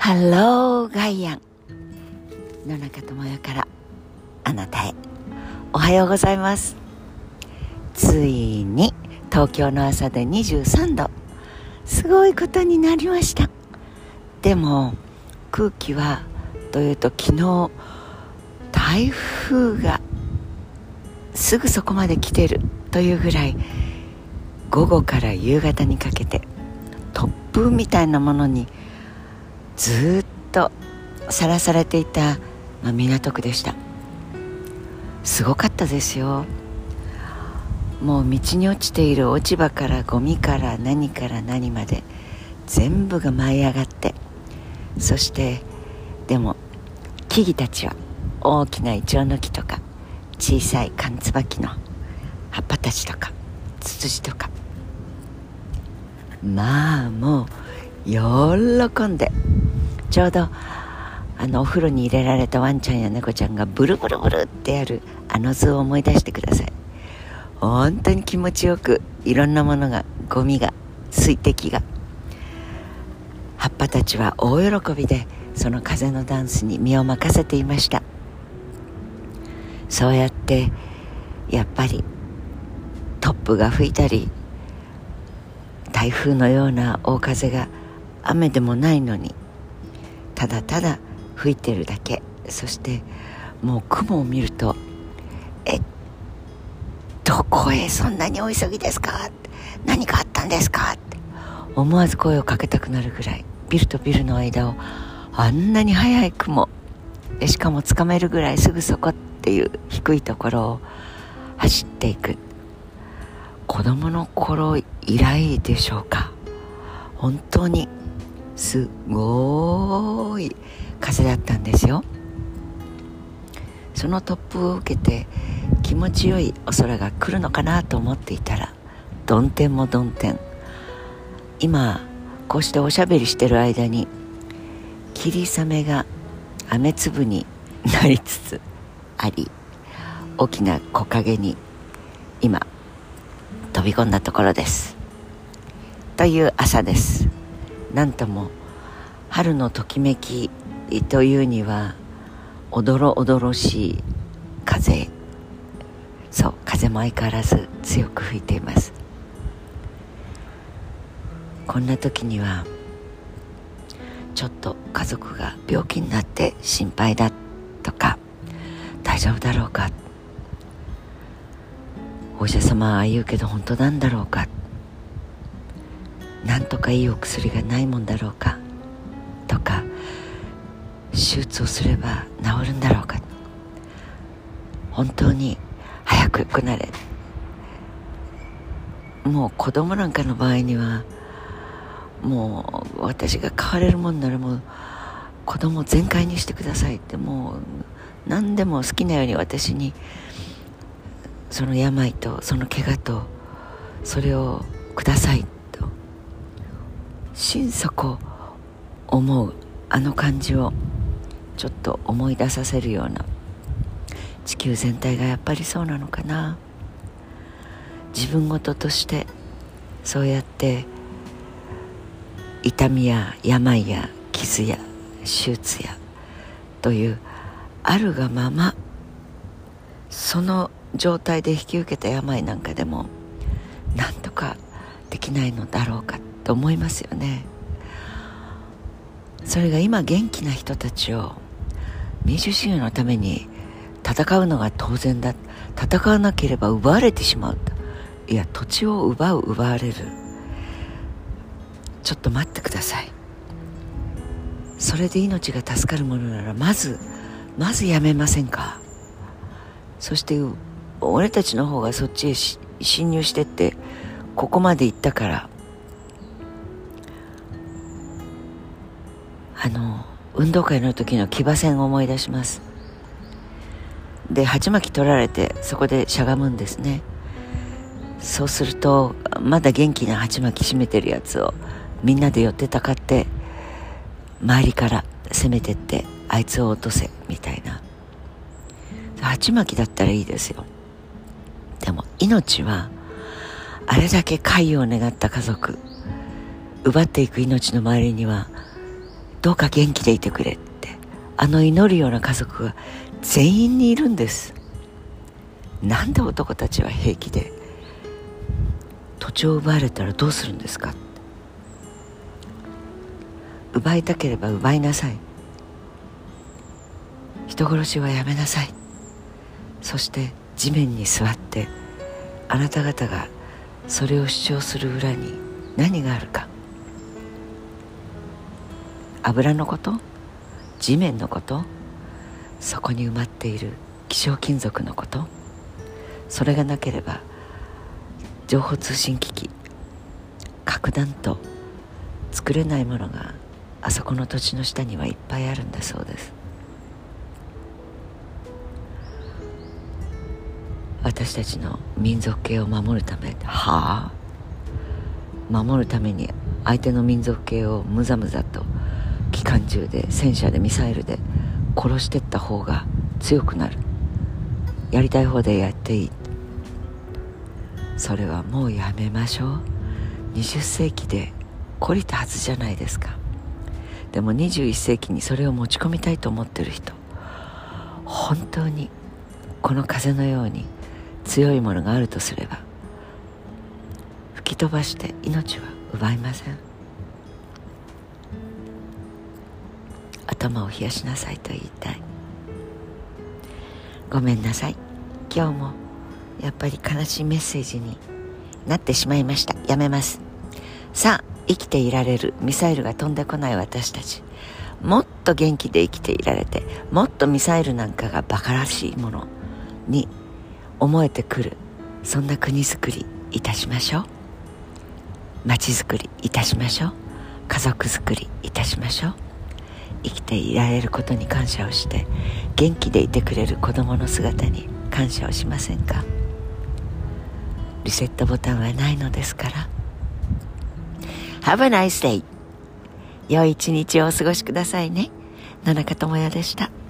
ハローガイアン野中智代からあなたへ。おはようございます。ついに東京の朝で23度、すごいことになりました。でも空気はというと、昨日台風がすぐそこまで来てるというぐらい、午後から夕方にかけて突風みたいなものにずっとさらされていた、港区でした。すごかったですよ。もう道に落ちている落ち葉からゴミから何まで全部が舞い上がって、そしてでも木々たちは大きなイチョウの木とか小さいカンツバキの葉っぱたちとかツツジとか、もう喜んで、ちょうどお風呂に入れられたワンちゃんや猫ちゃんがブルブルブルってやる図を思い出してください。本当に気持ちよく、いろんなものが、ゴミが、水滴が、葉っぱたちは大喜びでその風のダンスに身を任せていました。そうやってやっぱり突風が吹いたり、台風のような大風が雨でもないのにただただ吹いてるだけ。そしてもう雲を見ると、どこへそんなにお急ぎですか、何かあったんですかって思わず声をかけたくなるぐらい、ビルとビルの間をあんなに速い雲で、しかもつかめるぐらいすぐそこっていう低いところを走っていく。子供の頃以来でしょうか。本当にすごい風だったんですよ。その突風を受けて気持ちよいお空が来るのかなと思っていたら、どん天もどん天。今こうしておしゃべりしてる間に霧雨が雨粒になりつつあり、大きな木陰に今飛び込んだところですという朝です。なんとも春のときめきというにはおどろおどろしい風。そう、風も相変わらず強く吹いています。こんな時にはちょっと家族が病気になって心配だとか、大丈夫だろうか、お医者様は言うけど本当なんだろうか、なんとかいいお薬がないもんだろうかとか、手術をすれば治るんだろうか、本当に早く良くなれ。もう子供なんかの場合には、もう私が変われるもんなら、もう子供を全開にしてくださいって、もう何でも好きなように私にその病とその怪我とそれをくださいと心底思う、あの感じをちょっと思い出させるような、地球全体がやっぱりそうなのかな。自分事としてそうやって痛みや病や傷や手術やというあるがまま、その状態で引き受けた病なんかでもなんとかできないのだろうかと思いますよね。それが今元気な人たちを民主主義のために戦うのが当然だ、戦わなければ奪われてしまうと。いや、土地を奪われる、ちょっと待ってください。それで命が助かるものならまずやめませんか。そして俺たちの方がそっちへ侵入してってここまで行ったから、運動会の時の騎馬戦を思い出します。で、鉢巻き取られてそこでしゃがむんですね。そうするとまだ元気な鉢巻き締めてるやつをみんなで寄ってたかって周りから攻めてって、あいつを落とせみたいな。鉢巻きだったらいいですよ。でも命は、あれだけ快を願った家族、奪っていく命の周りにはどうか元気でいてくれって、祈るような家族が全員にいるんです。なんで男たちは平気で土地を奪われたらどうするんですか。奪いたければ奪いなさい。人殺しはやめなさい。そして地面に座って、あなた方がそれを主張する裏に何があるか。油のこと、地面のこと、そこに埋まっている希少金属のこと。それがなければ情報通信機器、核弾頭作れないものがあそこの土地の下にはいっぱいあるんだそうです。私たちの民族系を守るため、守るために相手の民族系をむざむざと機関銃で、戦車で、ミサイルで殺していった方が強くなる。やりたい方でやっていい。それはもうやめましょう。20世紀で懲りたはずじゃないですか。でも21世紀にそれを持ち込みたいと思ってる人、本当にこの風のように強いものがあるとすれば、吹き飛ばして命は奪いません。頭を冷やしなさいと言いたい。ごめんなさい。今日もやっぱり悲しいメッセージになってしまいました。やめます。さあ、生きていられる、ミサイルが飛んでこない私たち、もっと元気で生きていられて、もっとミサイルなんかがバカらしいものに思えてくる、そんな国づくりいたしましょう。町づくりいたしましょう。家族づくりいたしましょう。生きていられることに感謝をして、元気でいてくれる子供の姿に感謝をしませんか。リセットボタンはないのですから。 Have a nice day。 良い一日をお過ごしくださいね。野中智也でした。